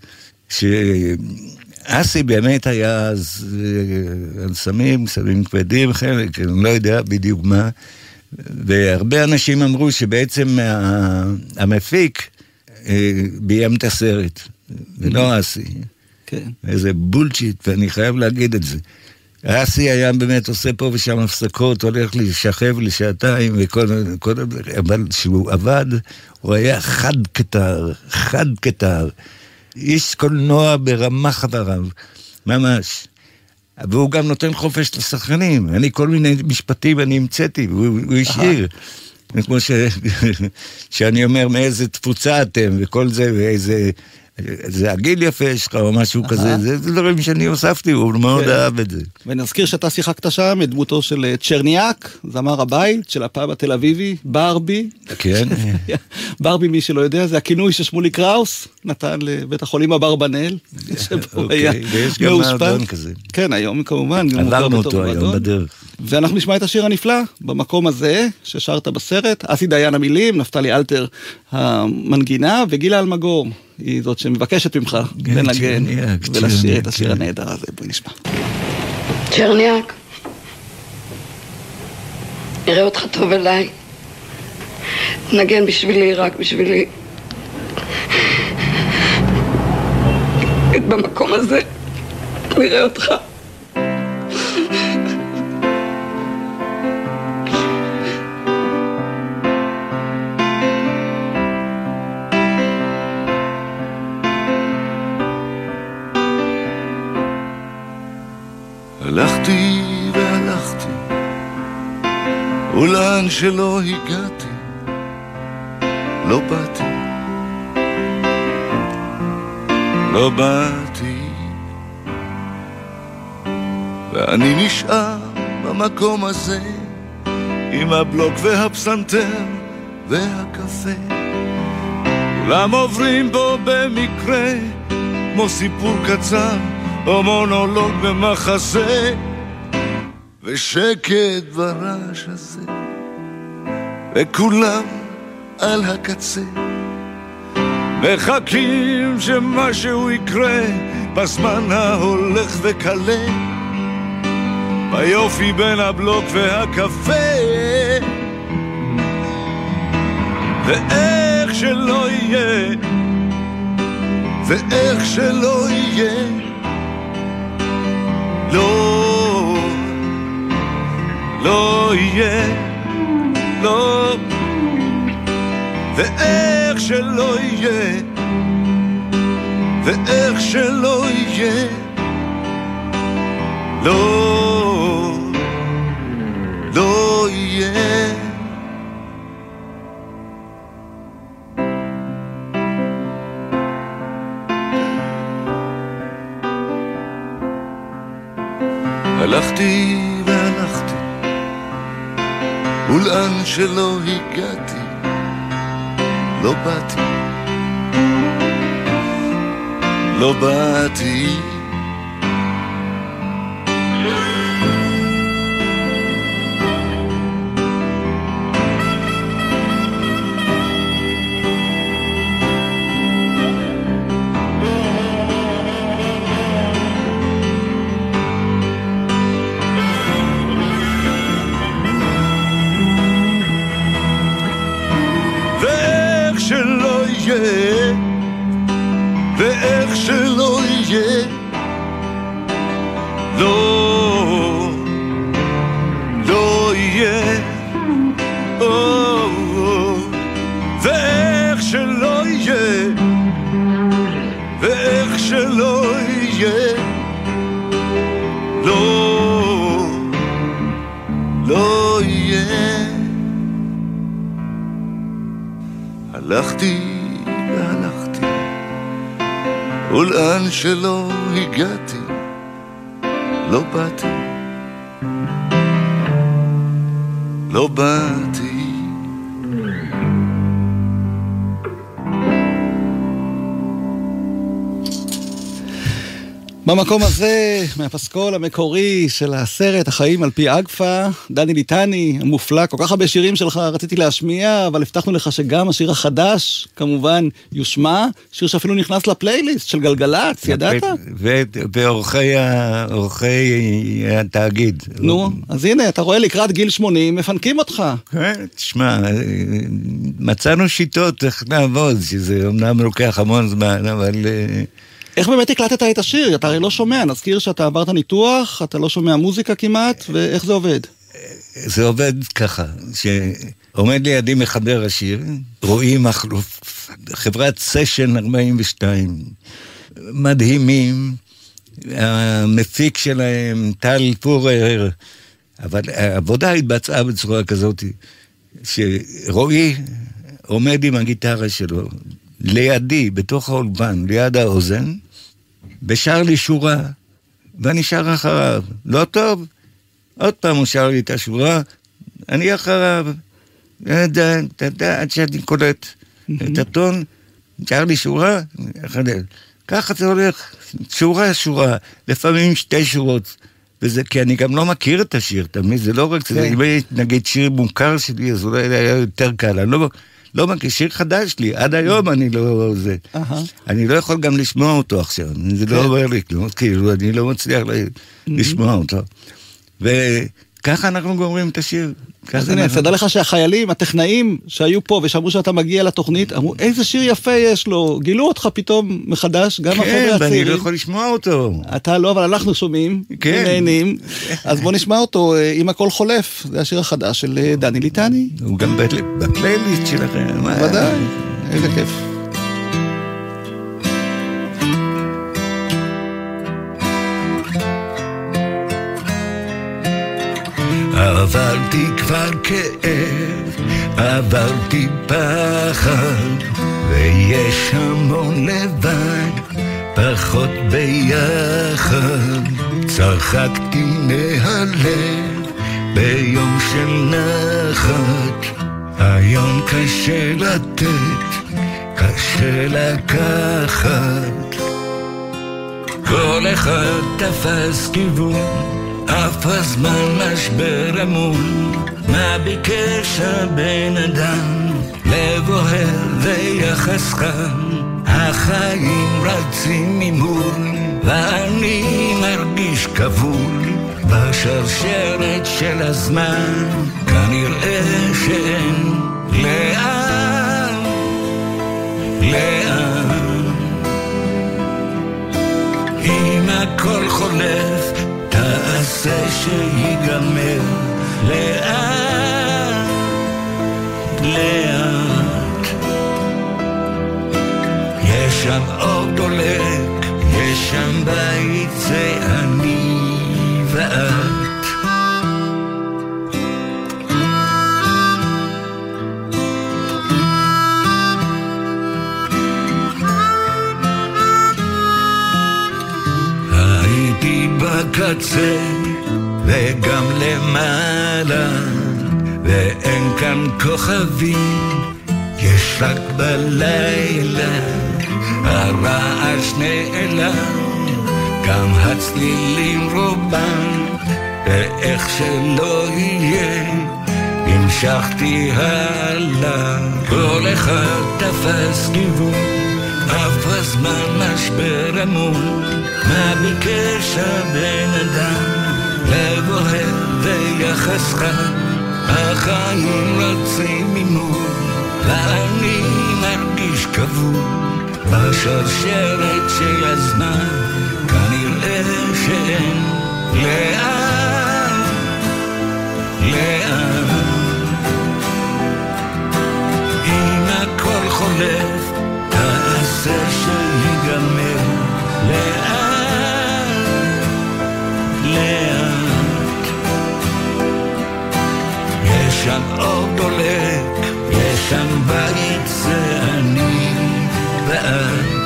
F: אסי באמת היה אז סמים כבדים, חלק, אני לא יודע בדיוק מה, והרבה אנשים אמרו שבעצם המפיק ביים את הסרט, ולא אסי.
E: כן.
F: איזה בולשיט, ואני חייב להגיד את זה. אסי היה באמת עושה פה ושם הפסקות, הולך להישכב לשעתיים, אבל כשהוא עבד, הוא היה חד כתר. איש קולנוע ברמה חבריו, ממש. והוא גם נותן חופש לשחקנים. אני כל מיני משפטים אני המצאתי, והוא השאיר. כמו שאני אומר, מאיזה תפוצה אתם, וכל זה, ואיזה... זה הגיל יפה שלך או משהו כזה, זה דברים שאני הוספתי, הוא מאוד אהב את זה.
E: ונזכיר שאתה שיחקת שם את דמותו של צ'רניאק, זמר הבית של הפאב התל אביבי, ברבי.
F: כן.
E: ברבי, מי שלא יודע, זה הכינוי ששמולי קראוס נתן לבית החולים אברבנאל, שבו היה
F: ויש גם מועדון כזה.
E: כן, היום כמובן.
F: עברנו אותו היום בדרך.
E: ואנחנו נשמע את השיר הנפלא במקום הזה ששרת בסרט, אסי דיין המילים, נפתלי אלתר המנגינה, וגילה אלמגור היא זאת שמבקשת ממך לנגן ולשיר את השיר הנהדר הזה. בואי נשמע.
I: צ'רניאק, נראה אותך טוב אליי, נגן בשבילי, רק בשבילי. במקום הזה נראה אותך.
D: הלכתי והלכתי, ולאן שלא הגעתי, לא באתי, ואני נשאר במקום הזה, עם הבלוק והפסנתר והקפה. כולם עוברים בו במקרה, כמו סיפור קצר, או מונולוג במחזה, ושקט ברעש הזה, וכולם על הקצה, מחכים שמשהו יקרה, בזמן ההולך וקלה, ביופי בין הבלוק והקפה. ואיך שלא יהיה, ואיך שלא יהיה, לא יהיה, לא, ואיך שלא יהיה, ואיך שלא יהיה, לא יהיה.
F: הלכתי והלכתי, ולאן שלא הגעתי, לא באתי, לא באתי. ואיך שלא יהיה, לא יהיה, ואיך שלא יהיה, ואיך שלא יהיה, לא יהיה. הלכתי והלכתי, ולאן שלא הגעתי, לא באתי, לא באתי.
E: במקום הזה, מהפסקול המקורי של הסרט החיים על פי אגפה, דני ליטני, המופלא, כל כך הרבה שירים שלך רציתי להשמיע, אבל הבטחנו לך שגם השיר החדש, כמובן, יושמע, שיר שאפילו נכנס לפלייליסט של גלגלץ, ידעת?
F: ובאורחי התאגיד.
E: נו, אז הנה, אתה רואה לקראת גיל 80, מפנקים אותך.
F: כן, תשמע, מצאנו שיטות איך לעבוד, שזה אמנם לוקח המון זמן, אבל...
E: איך באמת הקלטת את השיר? אתה הרי לא שומע, נזכיר שאתה עברת ניתוח, אתה לא שומע מוזיקה כמעט, ואיך זה עובד?
F: זה עובד ככה, שעומד לידי מחבר השיר, רועי מחלוף, חברת סשן 42, מדהימים, המפיק שלהם, טל פורר, אבל העבודה התבצעה בצורה כזאת, שרועי עומד עם הגיטרה שלו, לידי, בתוך האולפן, ליד האוזן, ושר לי שורה, ואני שר אחריו. לא טוב? עוד פעם הוא שר לי את השורה, אני אחריו. עד שאני קולט את הטון, שר לי שורה, ככה זה הולך, שורה, לפעמים 2 שורות. וזה כי אני גם לא מכיר את השיר, תמיד, זה לא רק, אם נגיד שיר מוכר שלי, אז אולי היה יותר קל, אני לא מכיר, שיר חדש לי, עד היום אני לא זה. אני לא יכול גם לשמוע אותו עכשיו, זה לא אומר לי, כאילו, אני לא מצליח לשמוע אותו. וככה אנחנו גומרים את השיר.
E: אז הנה, סדר לך שהחיילים, הטכנאים שהיו פה ושאמרו שאתה מגיע לתוכנית, אמרו, איזה שיר יפה יש לו, גילו אותך פתאום מחדש, גם החבר'ה הצעירים.
F: כן, ואני לא יכול לשמוע אותו.
E: אתה לא, אבל אנחנו שומעים, נהנים. אז בוא נשמע אותו, אם הכל חולף, זה השיר החדש של דני ליטני.
F: הוא גם בפלייליסט שלכם.
E: ודאי, איזה כיף.
F: עברתי כבר כאב, עברתי פחד, ויש המון לבד, פחות ביחד. צחקתי מהלב ביום של נחת, היום קשה לתת, קשה לקחת. כל אחד תפס כיוון, אף הזמן משבר אמון, מה ביקש הבן אדם, לבוהר ויחס חם, החיים רצים ממול, ואני מרגיש כבול, בשרשרת של הזמן, כנראה שאין לאן, אם הכל חולף, תעשה שיגמר לאט, לאט. יש שם אור דולק, יש שם בית, זה אני ואת. הייתי בקצה, וגם למעלה, ואין כאן כוכבים, יש רק בלילה, הרעש נעלם, גם הצלילים רובם, ואיך שלא יהיה, המשכתי הלאה, כל אחד תפס כיוון, עבר זמן משבר אמון, מה ביקש הבן אדם, לב אוהב ויחס חם, החיים רצים ממול, ואני מרגיש כבול, בשרשרת של הזמן, כנראה שאין לאן, לאן. אם הכל חולף, תעשה שיגמר, לאן, לאט. יש שם אור דולק, יש שם בית, זה אני ואת.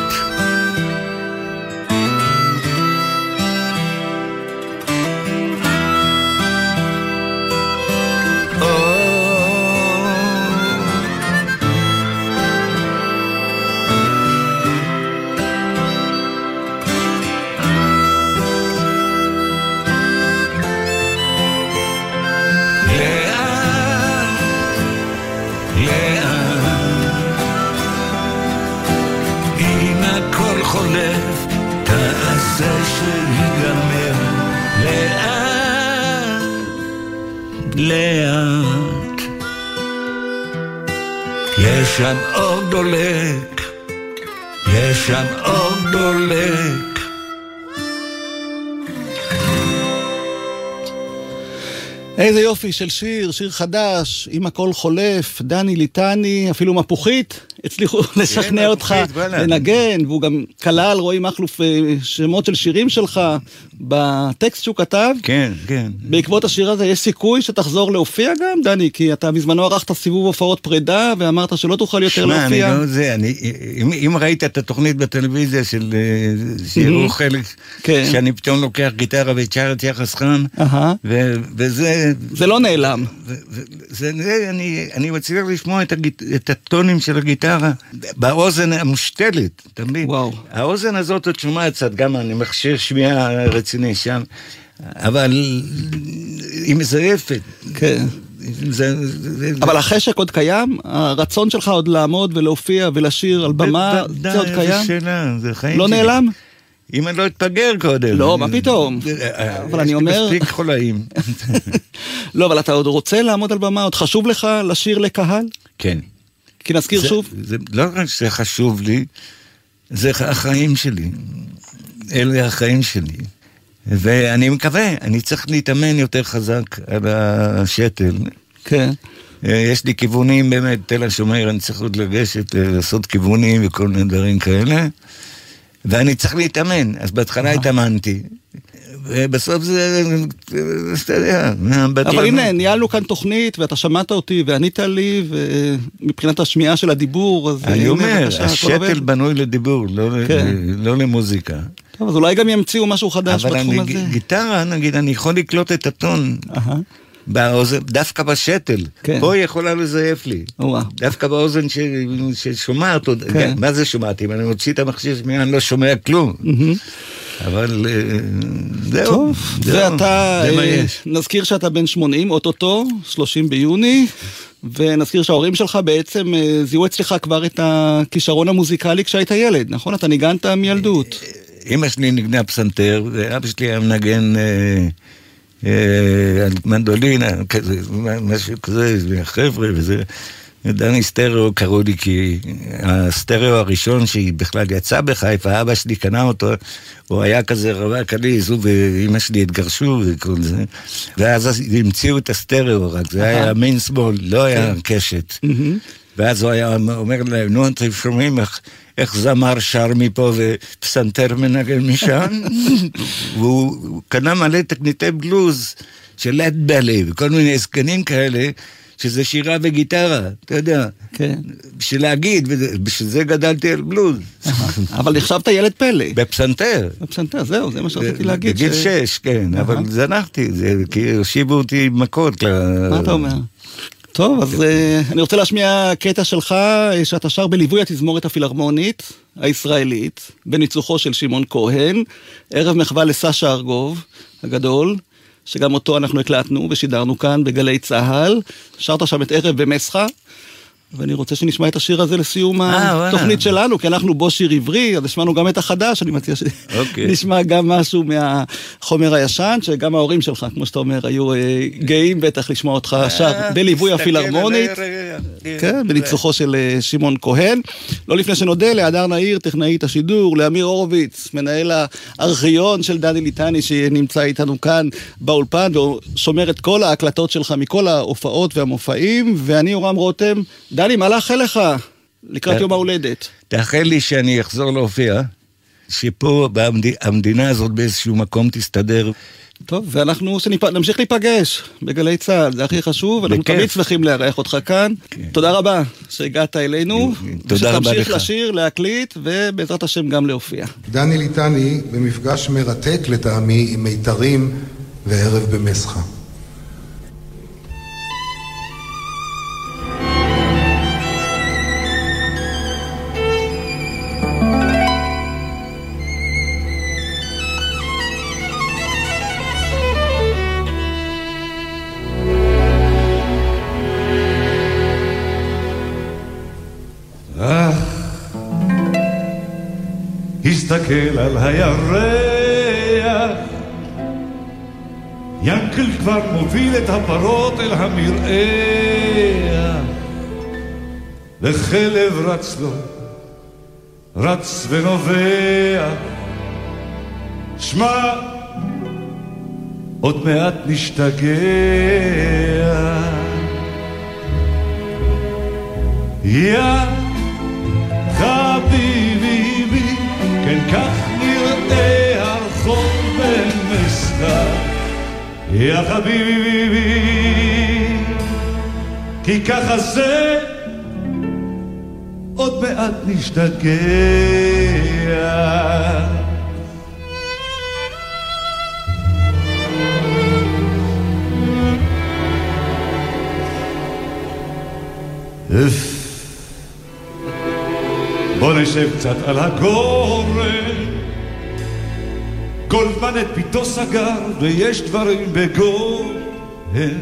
F: חולף, תעשה שיגמר, לאט, לאט. יש שם אור דולק, יש שם אור דולק.
E: איזה יופי של שיר, שיר חדש, אם הכל חולף, דני ליטני, אפילו מפוחית, הצליחו לשכנע אותך לנגן, והוא גם כלל, רואה מכלוף שמות של שירים שלך בטקסט שהוא כתב.
F: כן, כן.
E: בעקבות השיר הזה יש סיכוי שתחזור להופיע גם, דני? כי אתה בזמנו ערכת סיבוב הופעות פרידה, ואמרת שלא תוכל יותר להופיע.
F: שמע, אני לא זה, אם ראית את התוכנית בטלוויזיה של שירו חלק, שאני פתאום לוקח גיטרה ושר את יחס חם, וזה...
E: זה לא נעלם.
F: אני מצליח לשמוע את הטונים של הגיטרה באוזן המושתלת, תמיד. האוזן הזאת עוד שומעת קצת, גם אני מכשיר שמיעה רציני שם, אבל היא מזייפת.
E: כן. אבל החשק עוד קיים? הרצון שלך עוד לעמוד ולהופיע ולשיר על במה, זה עוד קיים?
F: זה חיים שלי.
E: לא נעלם?
F: אם אני לא אתפגר קודם.
E: לא, מה פתאום? אבל אני אומר...
F: יש לי מספיק חולאים.
E: לא, אבל אתה עוד רוצה לעמוד על במה? עוד חשוב לך לשיר לקהל?
F: כן.
E: כי נזכיר שוב?
F: זה לא רק שזה חשוב לי, זה החיים שלי. אלה החיים שלי. ואני מקווה, אני צריך להתאמן יותר חזק על השטל.
E: כן.
F: יש לי כיוונים באמת, תל השומר, אני צריך עוד לגשת, לעשות כיוונים וכל מיני דברים כאלה. ואני צריך להתאמן, אז בהתחלה התאמנתי, ובסוף זה, אתה יודע,
E: אבל הנה, ניהלנו כאן תוכנית, ואתה שמעת אותי, וענית לי, ומבחינת השמיעה של הדיבור, אז...
F: אני אומר, השטל בנוי לדיבור, לא למוזיקה.
E: טוב, אז אולי גם ימציאו משהו חדש בתחום הזה.
F: אבל גיטרה, נגיד, אני יכול לקלוט את הטון, דווקא בשטל, פה היא יכולה לזייף לי, דווקא באוזן ששומעת, מה זה שומעת? אם אני מוציא את המכשיר שמיעה, אני לא שומע כלום, אבל זהו.
E: טוב, ואתה, נזכיר שאתה בן 80, אוטוטו, 30 ביוני, ונזכיר שההורים שלך בעצם זיהו אצלך כבר את הכישרון המוזיקלי כשהיית ילד, נכון? אתה ניגנת מילדות.
F: אמא שלי נגנה פסנתר, ואבא שלי היה מנגן... מנדולינה, משהו כזה, חבר'ה, וזה, דני סטריאו קראו לי, כי הסטריאו הראשון שהיא בכלל יצא בחיפה, אבא שלי קנה אותו, הוא היה כזה רווק עליז, הוא ואמא שלי התגרשו וכל זה, ואז המציאו את הסטריאו רק, זה היה מיין סמול, לא היה קשת, ואז הוא היה אומר להם, נו, אתם שומעים איך זמר שר מפה ופסנתר מנגן משם, והוא קנה מלא תקניטי בלוז של לד בלי, וכל מיני עסקנים כאלה, שזה שירה וגיטרה, אתה יודע.
E: כן.
F: בשביל להגיד, ובשביל זה גדלתי על בלוז.
E: אבל נחשבת ילד פלא.
F: בפסנטר.
E: בפסנטר, זהו, זה מה שרציתי להגיד.
F: בגיל 6, כן, אבל זנחתי, כי הושיבו אותי מכות.
E: מה אתה אומר? טוב, אז אני רוצה להשמיע קטע שלך, שאתה שר בליווי התזמורת הפילהרמונית הישראלית, בניצוחו של שמעון כהן, ערב מחווה לסשה ארגוב הגדול, שגם אותו אנחנו הקלטנו ושידרנו כאן בגלי צהל. שרת שם את ערב במסחה, ואני רוצה שנשמע את השיר הזה לסיום התוכנית שלנו, כי אנחנו בו שיר עברי, אז נשמענו גם את החדש, אני מציע שנשמע גם משהו מהחומר הישן, שגם ההורים שלך, כמו שאתה אומר, היו גאים בטח לשמוע אותך שר בליווי הפילהרמונית, כן, בניצוחו של שמעון כהן. לא לפני שנודה להדר נהיר, טכנאית השידור, לאמיר הורוביץ, מנהל הארכיון של דני ליטני, שנמצא איתנו כאן באולפן, ושומר את כל ההקלטות שלך מכל ההופעות והמופעים, ואני יורם רותם. דני, מה לאחל לך לקראת יום ההולדת?
F: תאחל לי שאני אחזור להופיע, שפה המדינה הזאת באיזשהו מקום תסתדר.
E: טוב, ואנחנו נמשיך להיפגש בגלי צהל, זה הכי חשוב, אנחנו תמיד שמחים לארח אותך כאן. תודה רבה שהגעת אלינו, ושתמשיך לשיר, להקליט, ובעזרת השם גם להופיע.
J: דני ליטני במפגש מרתק לטעמי עם מיתרים וערב במסחה.
D: הסתכל על הירח, ינקל כבר מוביל את הפרות אל המראה, וחלב רץ לו, רץ ונובע, שמע, עוד מעט נשתגע. יא חביבי, כן כך נראה הרחוב במסחר, יא חביבי, כי ככה זה עוד מעט נשתגע. בוא נשב קצת על הגורן, גולדמן את ביתו סגר ויש דברים בגורן.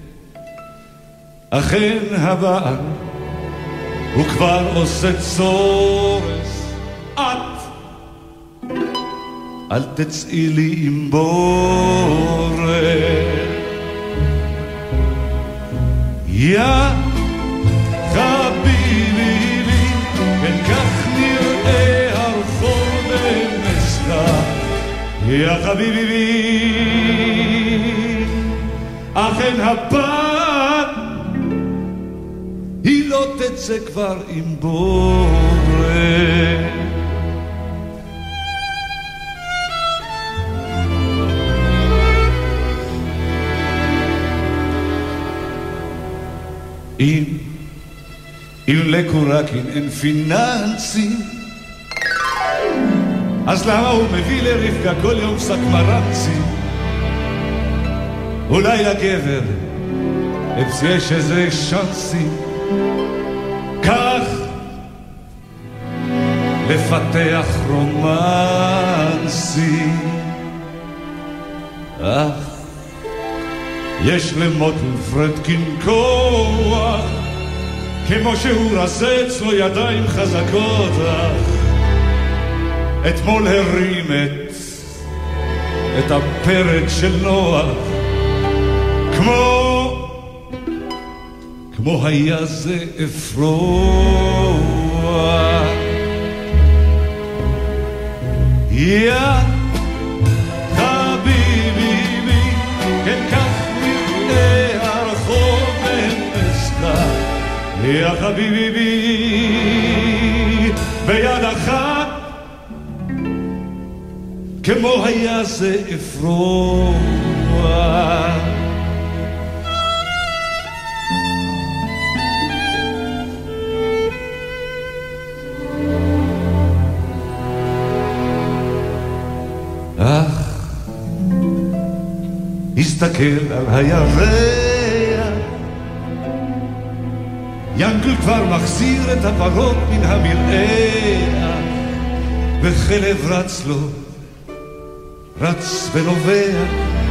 D: אכן הבעל הוא כבר עושה צורס, את אל תצאי לי עם בורן. יא חביבי לי, כן כך נראה הרחוב במסחר, יא חביבי, אכן הפעם היא לא תצא כבר עם בורא. אם לקורקין אין פיננסים, אז למה הוא מביא לרבקה כל יום שק מרצים? אולי לגבר אצל יש איזה שנסים, כך לפתח רומנסים. אך יש למוטל פרדקין כוח, כמו שהוא רזה אצלו ידיים חזקות. אתמול הרים את הפרק של נוח, כמו היה זה אפרוח. יא חביבי, כן כך נראה הרחוב במסחר, יא חביבי, ביד אחת כמו היה זה אפרוח. הסתכל על הירח, ינקל כבר מחזיר את הפרות מן המרעה, וכלב רץ לו, רץ ונובע,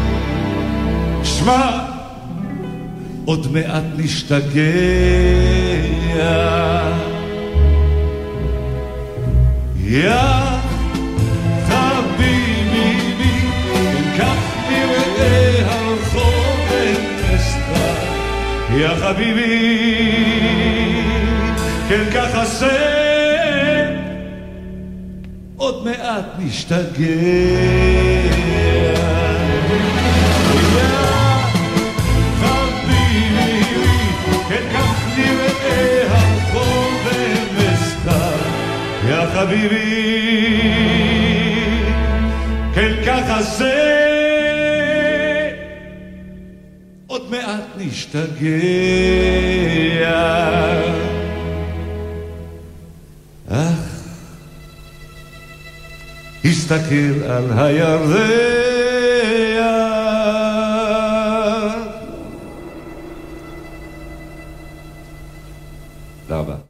D: שמע, עוד מעט נשתגע. יא חביבי, כך נראה הרחוב ונסתר. יא חביבי, כן ככה זה, עוד מעט נשתגע. יא חביבי, כן ככה זה, עוד מעט נשתגע. הסתכל על הירח, תודה רבה.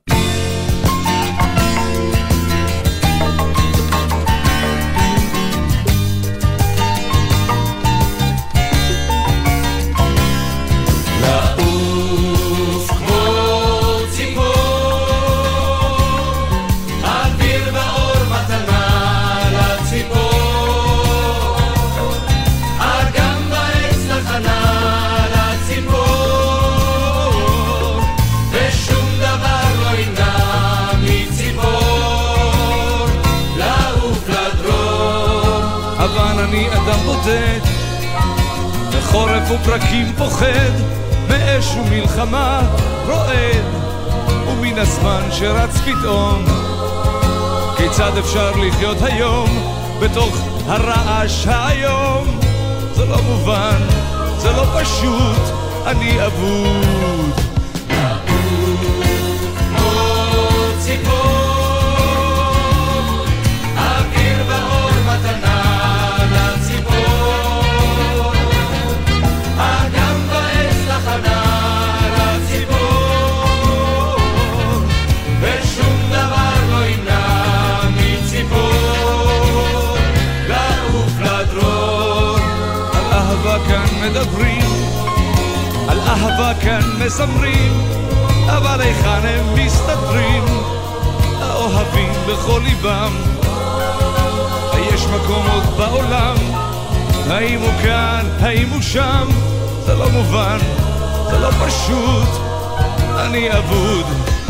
D: בחורף ופרקים פוחד, מאש ומלחמה רועד, ומן הזמן שרץ פתאום. כיצד אפשר לחיות היום בתוך הרעש היום? זה לא מובן, זה לא פשוט, אני אבוד. מדברים על אהבה כאן מסמרים, אבל היכן הם מסתדרים האוהבים בכל ליבם? יש מקום עוד בעולם, האם הוא כאן, האם הוא שם? זה לא מובן, זה לא פשוט, אני אבוד.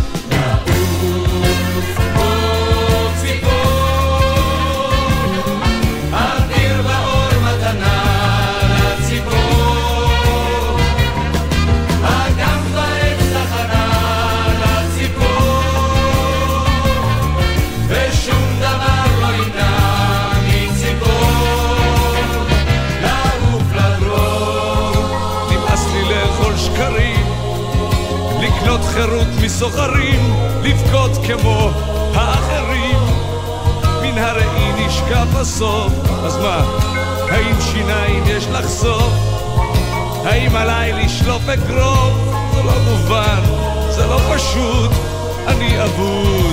D: לקנות חירות מסוחרים, לבכות כמו האחרים. מן הראי נשקף הסוף, אז מה? האם שיניים יש לחשוף? האם עליי לשלוף אגרוף? זה לא מובן, זה לא פשוט, אני אבוד.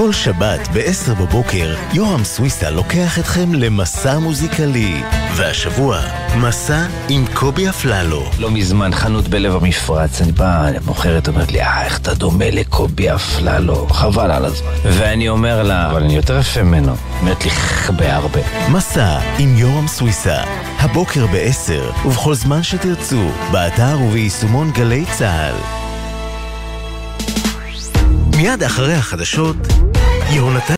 B: כל שבת ב-10 בבוקר, יורם סוויסה לוקח אתכם למסע מוזיקלי. והשבוע, מסע עם קובי אפללו.
K: לא מזמן חנות בלב המפרץ, אני בא, מוכרת, אומרת לי, איך אתה דומה לקובי אפללו, חבל על הזמן. ואני אומר לה, אבל אני יותר יפה ממנו. אומרת לי, בהרבה.
B: מסע עם יורם סוויסה, הבוקר ב-10, ובכל זמן שתרצו, באתר וביישומון גלי צהל. מיד אחרי החדשות, יהונתן